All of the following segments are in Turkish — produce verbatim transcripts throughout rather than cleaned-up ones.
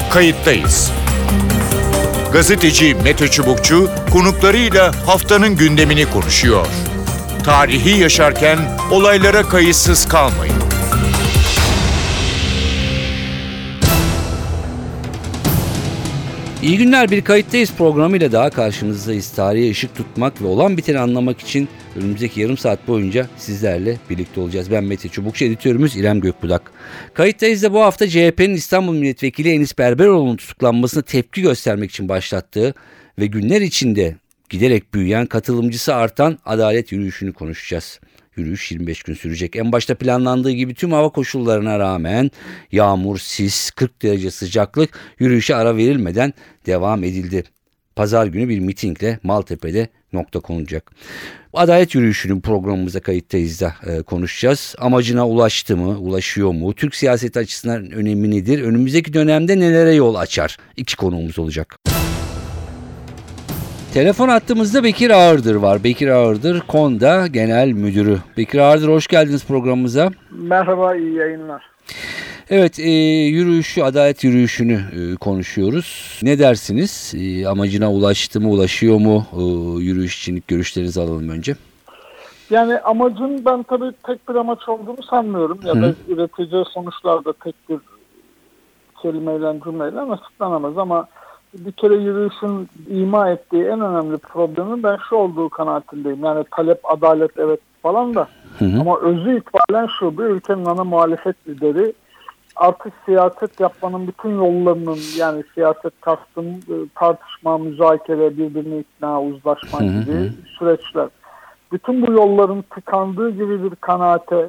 Kayıttayız. Gazeteci Mete Çubukçu konuklarıyla haftanın gündemini konuşuyor. Tarihi yaşarken olaylara kayıtsız kalmayın. İyi günler, bir Kayıttayız programıyla daha karşınızdayız. Tarihe ışık tutmak ve olan biteni anlamak için önümüzdeki yarım saat boyunca sizlerle birlikte olacağız. Ben Mete Çubukçu, editörümüz İrem Gökbudak. Kayıttayız'da bu hafta C H P'nin İstanbul Milletvekili Enis Berberoğlu'nun tutuklanmasına tepki göstermek için başlattığı ve günler içinde giderek büyüyen, katılımcısı artan adalet yürüyüşünü konuşacağız. Yürüyüş yirmi beş gün sürecek. En başta planlandığı gibi tüm hava koşullarına rağmen yağmur, sis, kırk derece sıcaklık, yürüyüşe ara verilmeden devam edildi. Pazar günü bir mitingle Maltepe'de nokta konulacak. Adalet yürüyüşünün programımıza Kayıttayız da e, konuşacağız. Amacına ulaştı mı, ulaşıyor mu? Türk siyaseti açısından önemi nedir? Önümüzdeki dönemde nelere yol açar? İki konuğumuz olacak. Telefon hattımızda Bekir Ağırdır var. Bekir Ağırdır, KONDA Genel Müdürü. Bekir Ağırdır, hoş geldiniz programımıza. Merhaba, iyi yayınlar. Evet, e, yürüyüşü, adalet yürüyüşünü e, konuşuyoruz. Ne dersiniz? E, amacına ulaştı mı, ulaşıyor mu? E, yürüyüş için ilk görüşlerinizi alalım önce. Yani amacın ben tabii tek bir amaç olduğunu sanmıyorum. Ya da üreteceği sonuçlar da tek bir kelimeyle, cümleyle açıklanamaz ama bir kere yürüyüşün ima ettiği en önemli problemin ben şu olduğu kanaatindeyim. Yani talep, adalet evet falan da hı hı. Ama özü itibaren şu: bir ülkenin ana muhalefet lideri artık siyaset yapmanın bütün yollarının, yani siyaset kastım tartışma, müzakere, birbirini ikna, uzlaşma gibi hı hı. süreçler. Bütün bu yolların tıkandığı gibi bir kanaate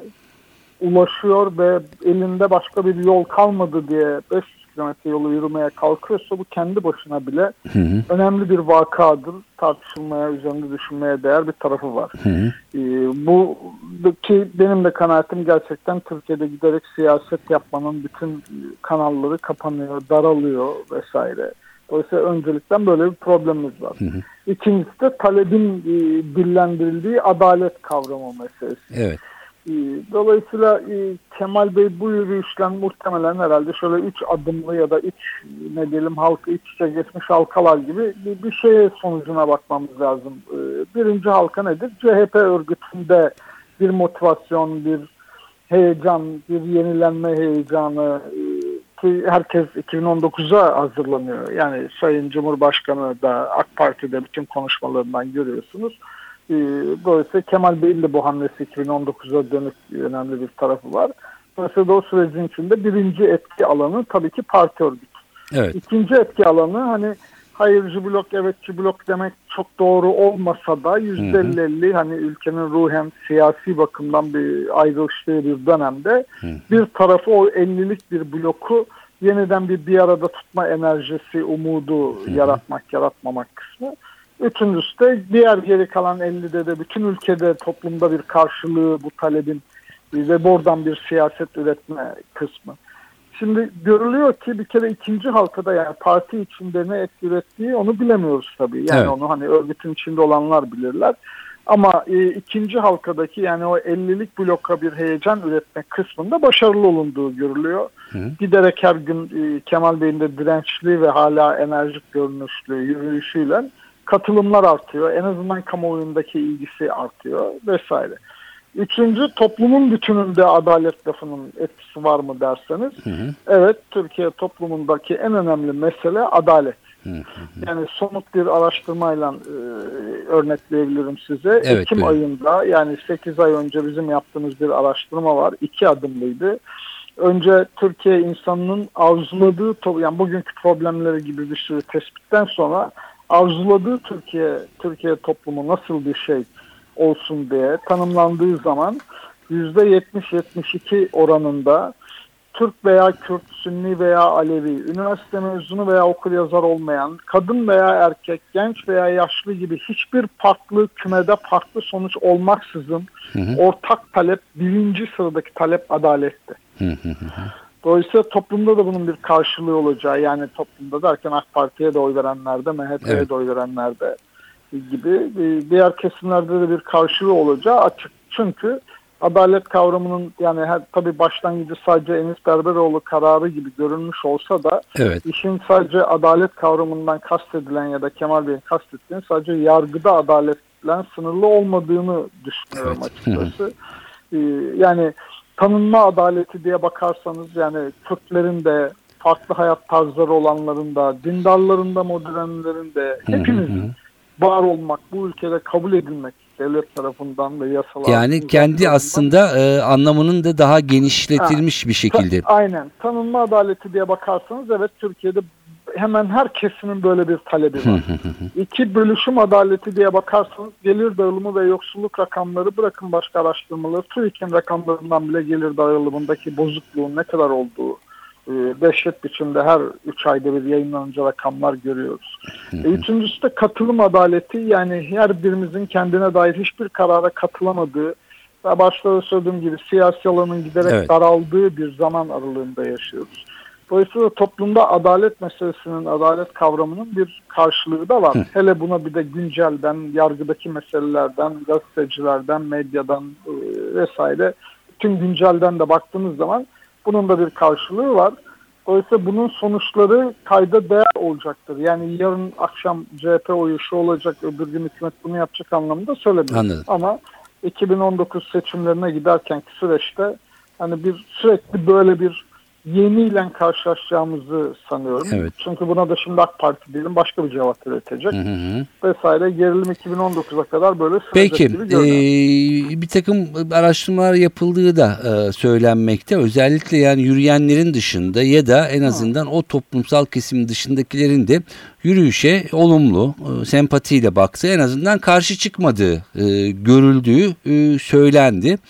ulaşıyor ve elinde başka bir yol kalmadı diye beş yüz kilometre yolu yürümeye kalkıyorsa bu kendi başına bile hı hı. önemli bir vakadır. Tartışılmaya, üzerinde düşünmeye değer bir tarafı var. Hı hı. Ee, bu ki benim de kanaatim, gerçekten Türkiye'de giderek siyaset yapmanın bütün kanalları kapanıyor, daralıyor vesaire. Dolayısıyla öncelikten böyle bir problemimiz var. Hı hı. İkincisi de talebin e, dillendirildiği adalet kavramı meselesi. Evet. Dolayısıyla Kemal Bey bu yürüyüşten muhtemelen herhalde şöyle üç adımlı ya da üç ne diyelim halka iç içe geçmiş halkalar gibi bir şeye sonucuna bakmamız lazım. Birinci halka nedir? C H P örgütünde bir motivasyon, bir heyecan, bir yenilenme heyecanı ki herkes iki bin on dokuza hazırlanıyor. Yani Sayın Cumhurbaşkanı da AK Parti'de bütün konuşmalarından görüyorsunuz. Dolayısıyla Kemal Bey'in de bu hamlesi iki bin on dokuza dönük önemli bir tarafı var. Dolayısıyla o sürecin içinde birinci etki alanı tabii ki parti örgütü. Evet. İkinci etki alanı, hani hayırcı blok, evetçi blok demek çok doğru olmasa da yüzde elli elli hani ülkenin ruhen siyasi bakımdan bir ayrıştığı bir dönemde hı hı. bir tarafı, o ellilik bir bloku yeniden bir bir arada tutma enerjisi, umudu hı hı. yaratmak, yaratmamak kısmı. Üçüncüsü de diğer geri kalan ellide de bütün ülkede, toplumda bir karşılığı bu talebin ve buradan bir siyaset üretme kısmı. Şimdi görülüyor ki bir kere ikinci halkada, yani parti içinde ne etki ürettiği onu bilemiyoruz tabii. Yani evet. onu hani örgütün içinde olanlar bilirler. Ama e, ikinci halkadaki, yani o ellilik bloka bir heyecan üretme kısmında başarılı olunduğu görülüyor. Hı. Giderek her gün e, Kemal Bey'in de dirençli ve hala enerjik görünüşlü yürüyüşüyle katılımlar artıyor. En azından kamuoyundaki ilgisi artıyor vesaire. Üçüncü, toplumun bütününde adalet lafının etkisi var mı derseniz, hı hı. evet, Türkiye toplumundaki en önemli mesele adalet. Hı hı. Yani somut bir araştırmayla e, örnekleyebilirim size. Evet, Ekim buyurun. ayında, yani sekiz ay önce bizim yaptığımız bir araştırma var. İki adımlıydı. Önce Türkiye insanının arzuladığı, yani bugünkü problemleri gibi bir sürü tespitten sonra arzuladığı Türkiye Türkiye toplumu nasıl bir şey olsun diye tanımlandığı zaman yüzde yetmiş yetmiş iki oranında Türk veya Kürt, Sünni veya Alevi, üniversite mezunu veya okuryazar olmayan, kadın veya erkek, genç veya yaşlı gibi hiçbir farklı kümede farklı sonuç olmaksızın hı hı. ortak talep, birinci sıradaki talep adaletti. Hı hı hı. Dolayısıyla toplumda da bunun bir karşılığı olacağı, yani toplumda derken AK Parti'ye de oy verenlerde, M H P'ye evet. de oy verenlerde gibi diğer kesimlerde de bir karşılığı olacağı açık. Çünkü adalet kavramının yani her, tabii başlangıcı sadece Enis Berberoğlu kararı gibi görünmüş olsa da evet. işin sadece adalet kavramından kastedilen ya da Kemal Bey'in kastettiğini sadece yargıda adaletle sınırlı olmadığını düşünüyorum Evet. açıkçası. Ee, yani tanınma adaleti diye bakarsanız yani Kürtlerin de farklı hayat tarzları olanların da dindarların da modernlerin de hepimizin var olmak, bu ülkede kabul edilmek devlet tarafından ve yasalar. Yani kendi aslında e, anlamının da daha genişletilmiş ha, bir şekilde. Ta, aynen. Tanınma adaleti diye bakarsanız evet Türkiye'de hemen her kesimin böyle bir talebi var. İki, bölüşüm adaleti diye bakarsanız gelir dağılımı ve yoksulluk rakamları bırakın başka araştırmaları. TÜİK'in rakamlarından bile gelir dağılımındaki bozukluğun ne kadar olduğu dehşet biçimde her üç ayda bir yayınlanınca rakamlar görüyoruz. e, üçüncüsü de katılım adaleti, yani her birimizin kendine dair hiçbir karara katılamadığı ve başta da söylediğim gibi siyasi alanın giderek evet. daraldığı bir zaman aralığında yaşıyoruz. Dolayısıyla toplumda adalet meselesinin, adalet kavramının bir karşılığı da var. Hı. Hele buna bir de güncelden, yargıdaki meselelerden, gazetecilerden, medyadan e, vesaire tüm güncelden de baktığımız zaman bunun da bir karşılığı var. Dolayısıyla bunun sonuçları kayda değer olacaktır. Yani yarın akşam C H P oyu şu olacak, öbür gün hükümet bunu yapacak anlamında söylemiyorum. Ama iki bin on dokuz seçimlerine giderkenki süreçte hani bir sürekli böyle bir yeniyle karşılaşacağımızı sanıyorum. Evet. Çünkü buna da şimdi AK Parti diyelim başka bir cevap üretecek. Hı hı. Vesaire gerilim iki bin on dokuza kadar böyle sürecek Peki, gibi görünüyor. E, bir takım araştırmalar yapıldığı da e, söylenmekte. Özellikle yani yürüyenlerin dışında ya da en azından hı. o toplumsal kesimin dışındakilerin de yürüyüşe olumlu, e, sempatiyle baktığı, en azından karşı çıkmadığı, e, görüldüğü e, söylendi.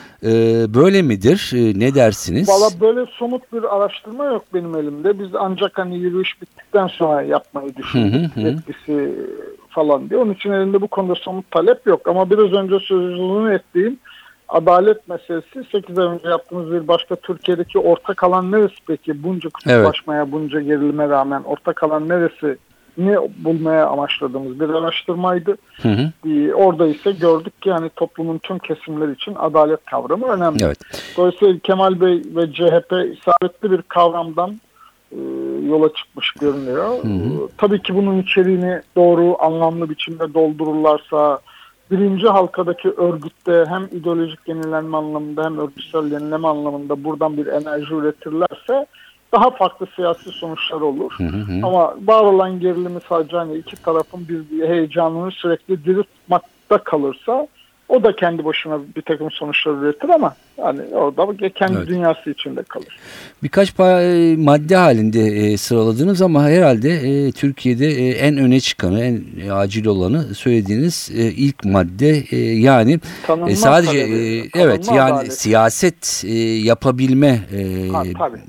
Böyle midir? Ne dersiniz? Valla böyle somut bir araştırma yok benim elimde. Biz ancak hani yürüyüş bittikten sonra yapmayı düşündük. Etkisi falan diye. Onun için elimde bu konuda somut talep yok. Ama biraz önce sözünü ettiğim adalet meselesi, sekiz ay önce yaptığımız bir başka Türkiye'deki ortak alan neresi peki? Bunca kutuplaşmaya, evet. bunca gerilime rağmen ortak alan neresi? Ne bulmaya amaçladığımız bir araştırmaydı. Hı hı. Ee, orada ise gördük ki yani toplumun tüm kesimleri için adalet kavramı önemli. Evet. Dolayısıyla Kemal Bey ve C H P isabetli bir kavramdan e, yola çıkmış görünüyor. Hı hı. E, tabii ki bunun içeriğini doğru, anlamlı biçimde doldururlarsa, birinci halkadaki örgütte hem ideolojik yenilenme anlamında hem örgütsel yenileme anlamında buradan bir enerji üretirlerse daha farklı siyasi sonuçlar olur. Hı hı. Ama var olan gerilimi sadece hani iki tarafın bir heyecanını sürekli diri tutmakta kalırsa o da kendi başına bir takım sonuçlar üretir ama yani orada kendi evet. dünyası içinde kalır. Birkaç madde halinde sıraladınız ama herhalde Türkiye'de en öne çıkanı, en acil olanı söylediğiniz ilk madde, yani tanınma sadece talebi, evet yani adaleti. Siyaset yapabilme ha,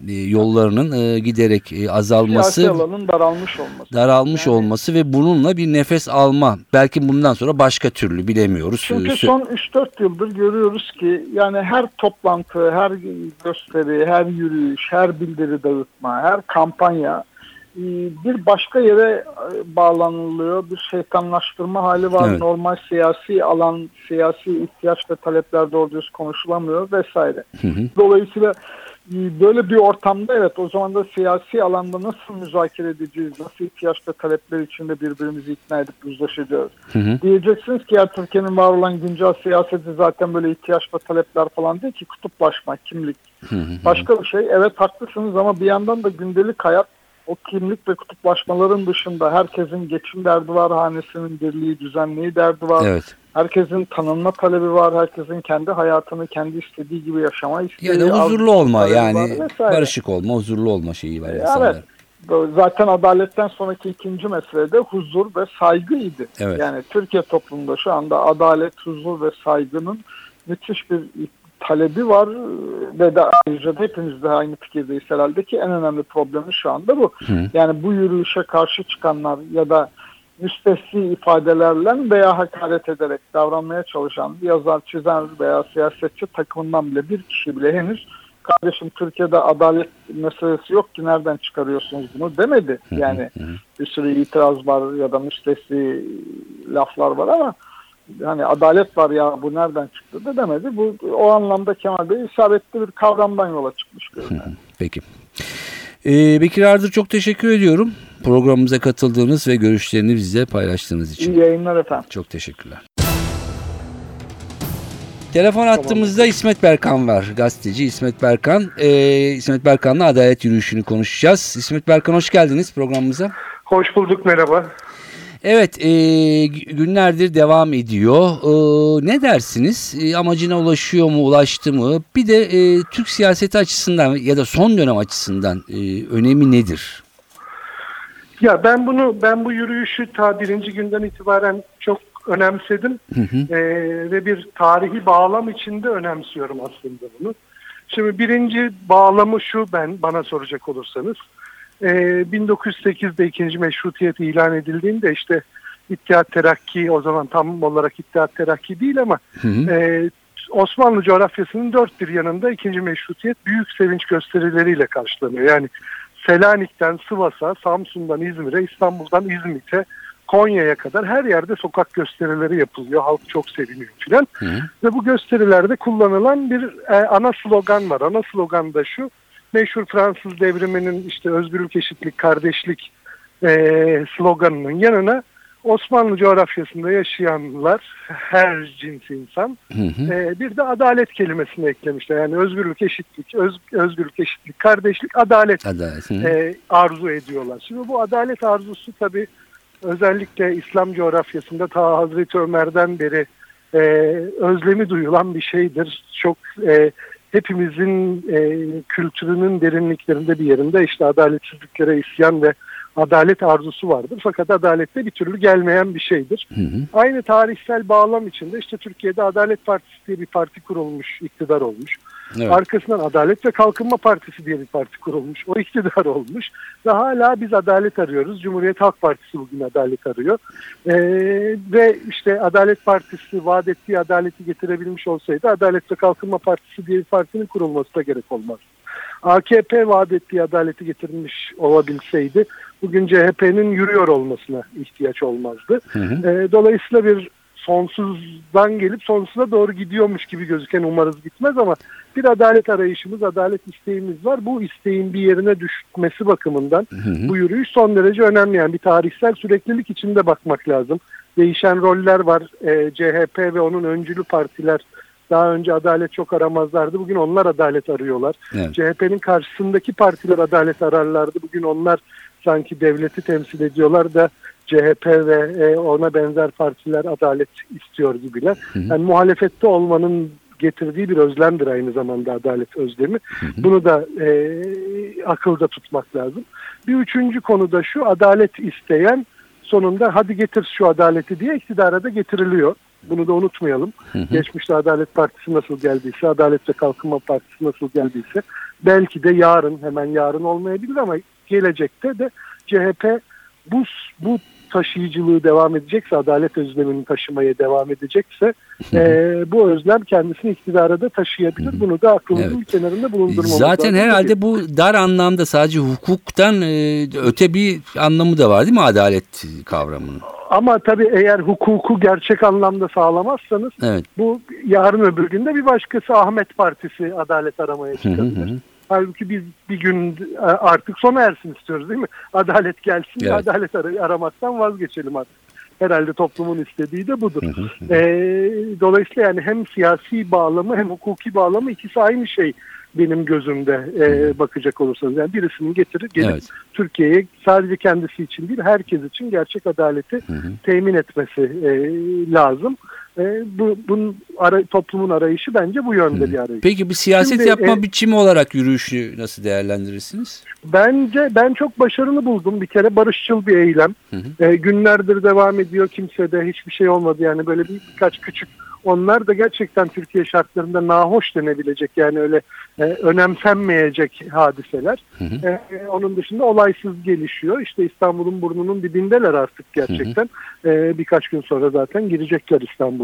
yollarının giderek azalması, siyasi alanın daralmış olması, daralmış yani, olması ve bununla bir nefes alma. Belki bundan sonra başka türlü bilemiyoruz. Çünkü son üç dört yıldır görüyoruz ki yani her toplantı, her gösteri, her yürüyüş, her bildiri dağıtma, her kampanya bir başka yere bağlanılıyor. Bir şeytanlaştırma hali var. Evet. Normal siyasi alan, siyasi ihtiyaç ve talepler doğru düz konuşulamıyor vesaire. Hı hı. Dolayısıyla böyle bir ortamda evet o zaman da siyasi alanda nasıl müzakere edeceğiz, nasıl ihtiyaç ve talepler içinde birbirimizi ikna edip uzlaşacağız. Hı hı. Diyeceksiniz ki ya Türkiye'nin var olan güncel siyaseti zaten böyle ihtiyaç ve talepler falan değil ki, kutuplaşma, kimlik. Hı hı. Başka bir şey. Evet haklısınız ama bir yandan da gündelik hayat o kimlik ve kutuplaşmaların dışında herkesin geçim derdi var, hanesinin dirliği, düzenliği derdi var. Evet. Herkesin tanınma talebi var. Herkesin kendi hayatını kendi istediği gibi yaşama isteği. Yani huzurlu olma, yani barışık olma, huzurlu olma şeyi var insanlar. Evet. Zaten adaletten sonraki ikinci mesele de huzur ve saygıydı. Evet. Yani Türkiye toplumunda şu anda adalet, huzur ve saygının müthiş bir talebi var ve de ayrıca da hepimiz de aynı fikirdeyiz herhalde ki en önemli problemi şu anda bu. Hı. Yani bu yürüyüşe karşı çıkanlar ya da müstesni ifadelerle veya hakaret ederek davranmaya çalışan yazar, çizer veya siyasetçi takımından bile bir kişi bile henüz kardeşim Türkiye'de adalet meselesi yok ki nereden çıkarıyorsunuz bunu demedi. Yani bir sürü itiraz var ya da müstesni laflar var ama hani adalet var ya bu nereden çıktı da demedi. Bu o anlamda Kemal Bey isabetli bir kavramdan yola çıkmış görünüyor. Peki. Ee, Bekir Ardır, çok teşekkür ediyorum. Programımıza katıldığınız ve görüşlerini bizle paylaştığınız için. İyi yayınlar efendim. Çok teşekkürler. Telefon attığımızda İsmet Berkan var. Gazeteci İsmet Berkan. Ee, İsmet Berkan'la adalet yürüyüşünü konuşacağız. İsmet Berkan, hoş geldiniz programımıza. Hoş bulduk, merhaba. Evet, e, günlerdir devam ediyor. E, ne dersiniz? E, amacına ulaşıyor mu, ulaştı mı? Bir de e, Türk siyaseti açısından ya da son dönem açısından e, önemi nedir? Ya ben bunu ben bu yürüyüşü ta birinci günden itibaren çok önemsedim. Hı hı. Ee, ve bir tarihi bağlam içinde önemsiyorum aslında bunu. Şimdi birinci bağlamı şu, ben bana soracak olursanız. Ee, bin dokuz yüz sekizde ikinci meşrutiyet ilan edildiğinde işte İttihat Terakki, o zaman tam olarak İttihat Terakki değil ama Hı hı. e, Osmanlı coğrafyasının dört bir yanında ikinci meşrutiyet büyük sevinç gösterileriyle karşılanıyor. Yani Selanik'ten Sivas'a, Samsun'dan İzmir'e, İstanbul'dan İzmit'e, Konya'ya kadar her yerde sokak gösterileri yapılıyor. Halk çok seviniyor filan. Hı hı. Ve bu gösterilerde kullanılan bir e, ana slogan var. Ana slogan da şu: meşhur Fransız devriminin işte özgürlük, eşitlik, kardeşlik e, sloganının yanına Osmanlı coğrafyasında yaşayanlar, her cins insan, Hı hı. e, bir de adalet kelimesini eklemişler. Yani özgürlük, eşitlik, öz, özgürlük, eşitlik, kardeşlik, adalet Adalet. Hı. e, arzu ediyorlar. Şimdi bu adalet arzusu tabii özellikle İslam coğrafyasında ta Hazreti Ömer'den beri e, özlemi duyulan bir şeydir. Çok e, hepimizin e, kültürünün derinliklerinde bir yerinde işte adaletsizliklere isyan ve adalet arzusu vardır. Fakat adalette bir türlü gelmeyen bir şeydir. Hı hı. Aynı tarihsel bağlam içinde işte Türkiye'de Adalet Partisi diye bir parti kurulmuş, iktidar olmuş. Evet. Arkasından Adalet ve Kalkınma Partisi diye bir parti kurulmuş. O iktidar olmuş. Ve hala biz adalet arıyoruz. Cumhuriyet Halk Partisi bugün adalet arıyor. Ee, ve işte Adalet Partisi vaat ettiği adaleti getirebilmiş olsaydı Adalet ve Kalkınma Partisi diye bir partinin kurulması da gerek olmaz. A K P vaat ettiği adaleti getirmiş olabilseydi bugün C H P'nin yürüyor olmasına ihtiyaç olmazdı. Hı hı. Ee, dolayısıyla bir sonsuzdan gelip sonsuza doğru gidiyormuş gibi gözüken, umarız gitmez ama bir adalet arayışımız, adalet isteğimiz var. Bu isteğin bir yerine düşmesi bakımından Hı hı. bu yürüyüş son derece önemli. Yani bir tarihsel süreklilik içinde bakmak lazım. Değişen roller var. Ee, C H P ve onun öncülü partiler daha önce adalet çok aramazlardı. Bugün onlar adalet arıyorlar. Evet. C H P'nin karşısındaki partiler adalet ararlardı. Bugün onlar sanki devleti temsil ediyorlar da C H P ve e, ona benzer partiler adalet istiyor gibiler. Hı hı. Yani muhalefette olmanın getirdiği bir özlemdir aynı zamanda adalet özlemi. Hı hı. Bunu da e, akılda tutmak lazım. Bir üçüncü konu da şu: adalet isteyen sonunda hadi getir şu adaleti diye iktidara da getiriliyor. Bunu da unutmayalım. Hı hı. Geçmişte Adalet Partisi nasıl geldiyse, Adalet ve Kalkınma Partisi nasıl geldiyse belki de yarın, hemen yarın olmayabilir ama gelecekte de C H P bu, bu taşıyıcılığı devam edecekse, adalet özlemini taşımaya devam edecekse e, bu özlem kendisini iktidara da taşıyabilir. Bunu da aklımızın Evet. bir kenarında bulundurmamız Zaten lazım. herhalde bu dar anlamda sadece hukuktan e, öte bir anlamı da var değil mi adalet kavramının? Ama tabii eğer hukuku gerçek anlamda sağlamazsanız Evet. bu yarın öbür günde bir başkası Ahmet Partisi adalet aramaya Hı hı çıkabilir. hı. Halbuki biz bir gün artık sona ersin istiyoruz değil mi? Adalet gelsin, Evet. adalet ar- aramaktan vazgeçelim artık. Herhalde toplumun istediği de budur. Hı hı hı. Ee, dolayısıyla yani hem siyasi bağlamı hem hukuki bağlamı, ikisi aynı şey benim gözümde e, bakacak olursanız. Yani birisinin getirir gelip Evet. Türkiye'ye sadece kendisi için değil herkes için gerçek adaleti Hı hı. temin etmesi e, lazım. E, bu bunun ara, toplumun arayışı bence bu yönde bir arayış. Peki bu siyaset Şimdi, yapma e, biçimi olarak yürüyüşü nasıl değerlendirirsiniz? Bence ben çok başarılı buldum. Bir kere barışçıl bir eylem. Hı hı. E, günlerdir devam ediyor. Kimse de hiçbir şey olmadı. Yani böyle bir, birkaç küçük, onlar da gerçekten Türkiye şartlarında nahoş denebilecek, yani öyle e, önemsenmeyecek hadiseler. Hı hı. E, onun dışında olaysız gelişiyor. İşte İstanbul'un burnunun dibindeler artık gerçekten. E, birkaç gün sonra zaten girecekler İstanbul'a.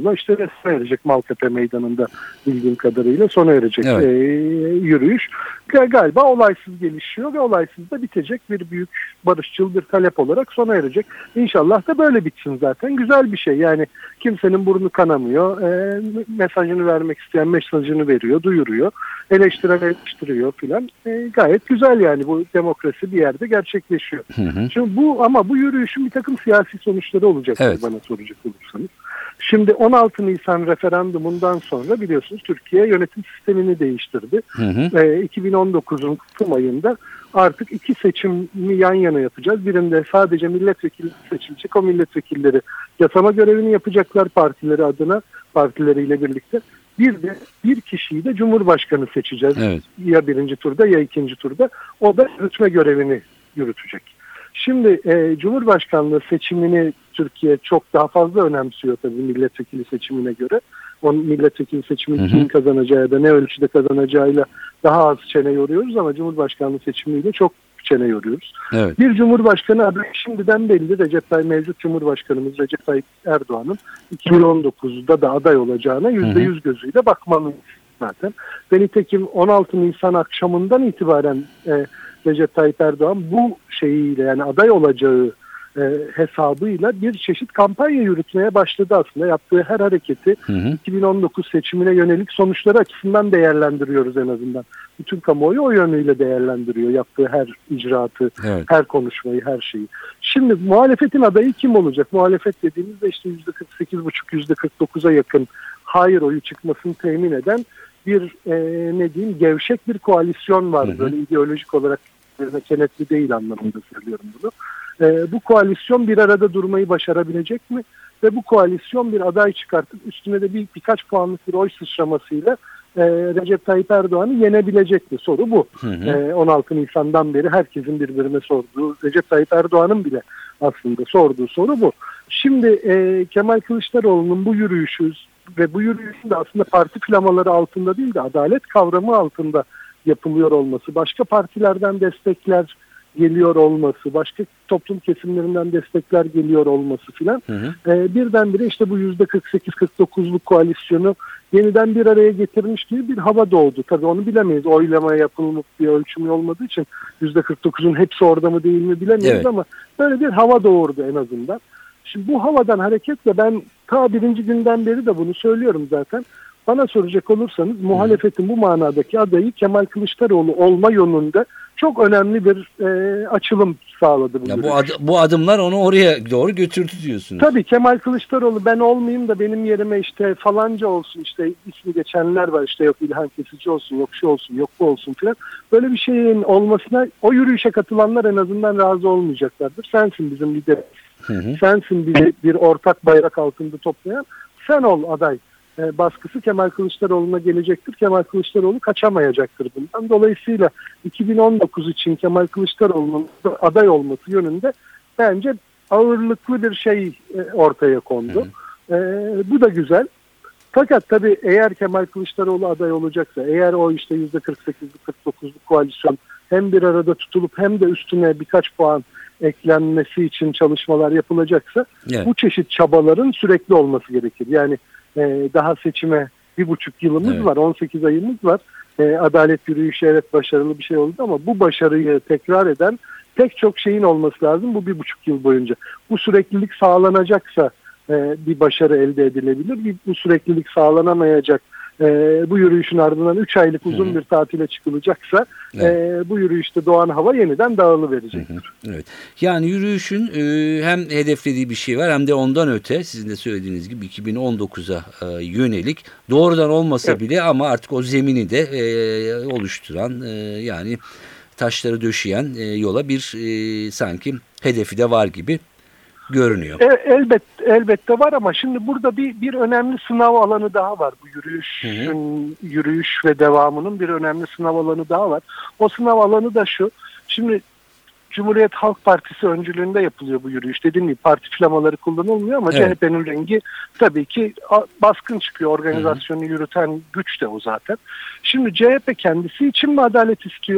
sonra işte sona erecek Maltepe Meydanı'nda bildiğim kadarıyla sona erecek Evet. e, yürüyüş. Galiba olaysız gelişiyor ve olaysız da bitecek bir büyük barışçıl bir talep olarak sona erecek. İnşallah da böyle bitsin zaten. Güzel bir şey yani kimsenin burnu kanamıyor. E, mesajını vermek isteyen mesajını veriyor, duyuruyor. Eleştiren eleştiriyor filan. E, gayet güzel yani bu demokrasi bir yerde gerçekleşiyor. Hı hı. Şimdi bu ama bu yürüyüşün bir takım siyasi sonuçları olacak Evet. bana soracak olursanız. Şimdi on altı Nisan referandumundan sonra biliyorsunuz Türkiye yönetim sistemini değiştirdi. Hı hı. Ee, iki bin on dokuzun Kasım ayında artık iki seçimi yan yana yapacağız. Birinde sadece milletvekili seçilecek. O milletvekilleri yasama görevini yapacaklar partileri adına, partileriyle birlikte. Bir de bir kişiyi de Cumhurbaşkanı seçeceğiz. Evet. Ya birinci turda ya ikinci turda. O da yürütme görevini yürütecek. Şimdi e, Cumhurbaşkanlığı seçimini Türkiye çok daha fazla önemsiyor tabii milletvekili seçimine göre. O milletvekili seçimini kim kazanacağı ya da ne ölçüde kazanacağıyla daha az çene yoruyoruz ama Cumhurbaşkanlığı seçimiyle çok çene yoruyoruz. Evet. Bir Cumhurbaşkanı adayı şimdiden belli. Recep Tayyip mevcut Cumhurbaşkanımız Recep Tayyip Erdoğan'ın iki bin on dokuzda da aday olacağına yüzde yüz gözüyle bakmalıyız zaten. Ve nitekim on altı Nisan akşamından itibaren e, Recep Tayyip Erdoğan bu şeyiyle yani aday olacağı e, hesabıyla bir çeşit kampanya yürütmeye başladı aslında. Yaptığı her hareketi Hı hı. iki bin on dokuz seçimine yönelik sonuçları açısından değerlendiriyoruz en azından. Bütün kamuoyu o yönüyle değerlendiriyor. Yaptığı her icraatı, Evet. her konuşmayı, her şeyi. Şimdi muhalefetin adayı kim olacak? Muhalefet dediğimizde işte yüzde kırk sekiz buçuk yüzde kırk dokuza yakın hayır oyu çıkmasını temin eden bir e, ne diyeyim gevşek bir koalisyon var. Hı hı. Böyle ideolojik olarak kenetli değil anlamında söylüyorum bunu. E, bu koalisyon bir arada durmayı başarabilecek mi? Ve bu koalisyon bir aday çıkartıp üstüne de bir birkaç puanlık bir oy sıçramasıyla e, Recep Tayyip Erdoğan'ı yenebilecek mi? Soru bu. Hı hı. E, on altı Nisan'dan beri herkesin birbirine sorduğu, Recep Tayyip Erdoğan'ın bile aslında sorduğu soru bu. Şimdi e, Kemal Kılıçdaroğlu'nun bu yürüyüşü ve bu yürüyüşün de aslında parti flamaları altında değil de adalet kavramı altında yapılıyor olması, başka partilerden destekler geliyor olması, başka toplum kesimlerinden destekler geliyor olması filan Hı hı. e, birdenbire işte bu yüzde kırk sekiz kırk dokuzluk koalisyonu yeniden bir araya getirmiş gibi bir hava doğdu. Tabii onu bilemeyiz. Oylamaya yapılmış bir ölçümü olmadığı için yüzde kırk dokuzun hepsi orada mı değil mi bilemeyiz Evet. ama böyle bir hava doğurdu en azından. Şimdi bu havadan hareketle ben ta birinci günden beri de bunu söylüyorum zaten. Bana soracak olursanız muhalefetin bu manadaki adayı Kemal Kılıçdaroğlu olma yönünde çok önemli bir e, açılım sağladı. Bu, Ya bu, ad- bu adımlar onu oraya doğru götürdü diyorsunuz. Tabii Kemal Kılıçdaroğlu ben olmayayım da benim yerime işte falanca olsun işte ismi geçenler var işte yok İlhan Kesici olsun yok şu olsun yok bu olsun filan. Böyle bir şeyin olmasına o yürüyüşe katılanlar en azından razı olmayacaklardır. Sensin bizim liderimiz. Hı hı. Sensin bizi bir ortak bayrak altında toplayan. Sen ol aday. E, baskısı Kemal Kılıçdaroğlu'na gelecektir. Kemal Kılıçdaroğlu kaçamayacaktır bundan. Dolayısıyla iki bin on dokuz için Kemal Kılıçdaroğlu'nun aday olması yönünde bence ağırlıklı bir şey e, ortaya kondu. E, bu da güzel. Fakat tabii eğer Kemal Kılıçdaroğlu aday olacaksa, eğer o işte yüzde kırk sekiz kırk dokuzluk koalisyon hem bir arada tutulup hem de üstüne birkaç puan eklenmesi için çalışmalar yapılacaksa Evet. bu çeşit çabaların sürekli olması gerekir. Yani e, daha seçime bir buçuk yılımız Evet. var, on sekiz ayımız var. E, adalet yürüyüşü evet başarılı bir şey oldu ama bu başarıyı tekrar eden pek çok şeyin olması lazım bu bir buçuk yıl boyunca. Bu süreklilik sağlanacaksa e, bir başarı elde edilebilir. Bir, bu süreklilik sağlanamayacak. E, bu yürüyüşün ardından üç aylık uzun Hı-hı. bir tatile çıkılacaksa Evet. e, bu yürüyüşte doğan hava yeniden dağılıverecek. Hı hı. Evet. Yani yürüyüşün e, hem hedeflediği bir şey var hem de ondan öte sizin de söylediğiniz gibi iki bin on dokuza e, yönelik doğrudan olmasa Evet. bile ama artık o zemini de e, oluşturan e, yani taşları döşeyen e, yola bir e, sanki hedefi de var gibi görünüyor. E, elbet elbette var ama şimdi burada bir bir önemli sınav alanı daha var. Bu yürüyüşün yürüyüş ve devamının bir önemli sınav alanı daha var. O sınav alanı da şu. Şimdi Cumhuriyet Halk Partisi öncülüğünde yapılıyor bu yürüyüş. Dediğim gibi parti flamaları kullanılmıyor ama Evet. C H P'nin rengi tabii ki baskın çıkıyor. Organizasyonu yürüten güç de o zaten. Şimdi C H P kendisi için mi adalet istiyor?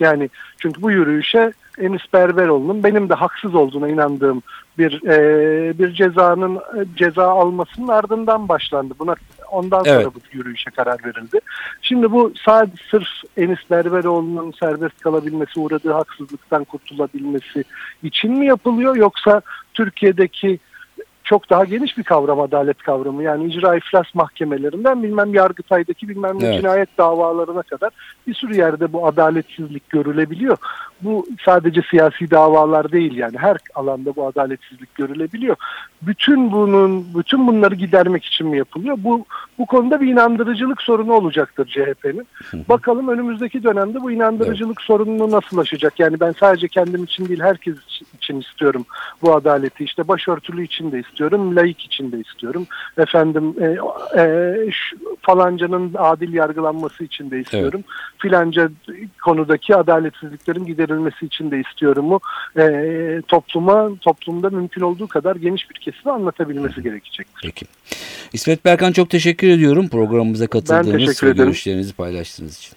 Yani çünkü bu yürüyüşe Enis Berberoğlu'nun benim de haksız olduğuna inandığım bir e, bir cezanın ceza almasının ardından başlandı. Buna ondan sonra Evet. bu yürüyüşe karar verildi. Şimdi bu sadece sırf Enis Berberoğlu'nun serbest kalabilmesi, uğradığı haksızlıktan kurtulabilmesi için mi yapılıyor, yoksa Türkiye'deki çok daha geniş bir kavram adalet kavramı, yani icra iflas mahkemelerinden bilmem Yargıtay'daki bilmem ne Evet. cinayet davalarına kadar bir sürü yerde bu adaletsizlik görülebiliyor. Bu sadece siyasi davalar değil, yani her alanda bu adaletsizlik görülebiliyor. Bütün bunun bütün bunları gidermek için mi yapılıyor? Bu bu konuda bir inandırıcılık sorunu olacaktır C H P'nin. Bakalım önümüzdeki dönemde bu inandırıcılık evet. sorununu nasıl aşacak? Yani ben sadece kendim için değil, herkes için istiyorum bu adaleti. İşte başörtülü için de istiyorum, laik için de istiyorum. Efendim e, e, şu, falancanın adil yargılanması için de istiyorum. Evet. Filanca konudaki adaletsizliklerin giderilmesi için de istiyorum mu? E, topluma toplumda mümkün olduğu kadar geniş bir kesime anlatabilmesi Hı. gerekecektir. Peki. İsmet Berkan, çok teşekkür ediyorum programımıza katıldığınız ve ederim. görüşlerinizi paylaştığınız için.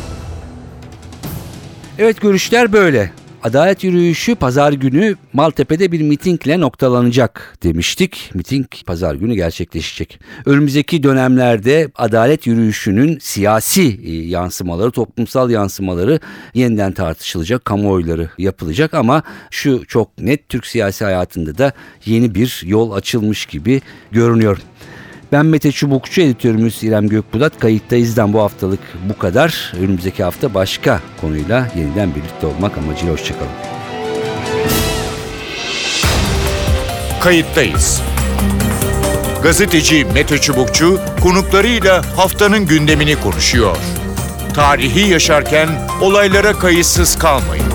Evet, görüşler böyle. Adalet yürüyüşü pazar günü Maltepe'de bir mitingle noktalanacak demiştik. Miting pazar günü gerçekleşecek. Önümüzdeki dönemlerde adalet yürüyüşünün siyasi yansımaları, toplumsal yansımaları yeniden tartışılacak, kamuoyları yapılacak ama şu çok net, Türk siyasi hayatında da yeni bir yol açılmış gibi görünüyor. Ben Mete Çubukçu, editörümüz İrem Gökbudak. Kayıttayız'dan bu haftalık bu kadar. Önümüzdeki hafta başka konuyla yeniden birlikte olmak amacıyla hoşçakalın. Kayıttayız. Gazeteci Mete Çubukçu konuklarıyla haftanın gündemini konuşuyor. Tarihi yaşarken olaylara kayıtsız kalmayın.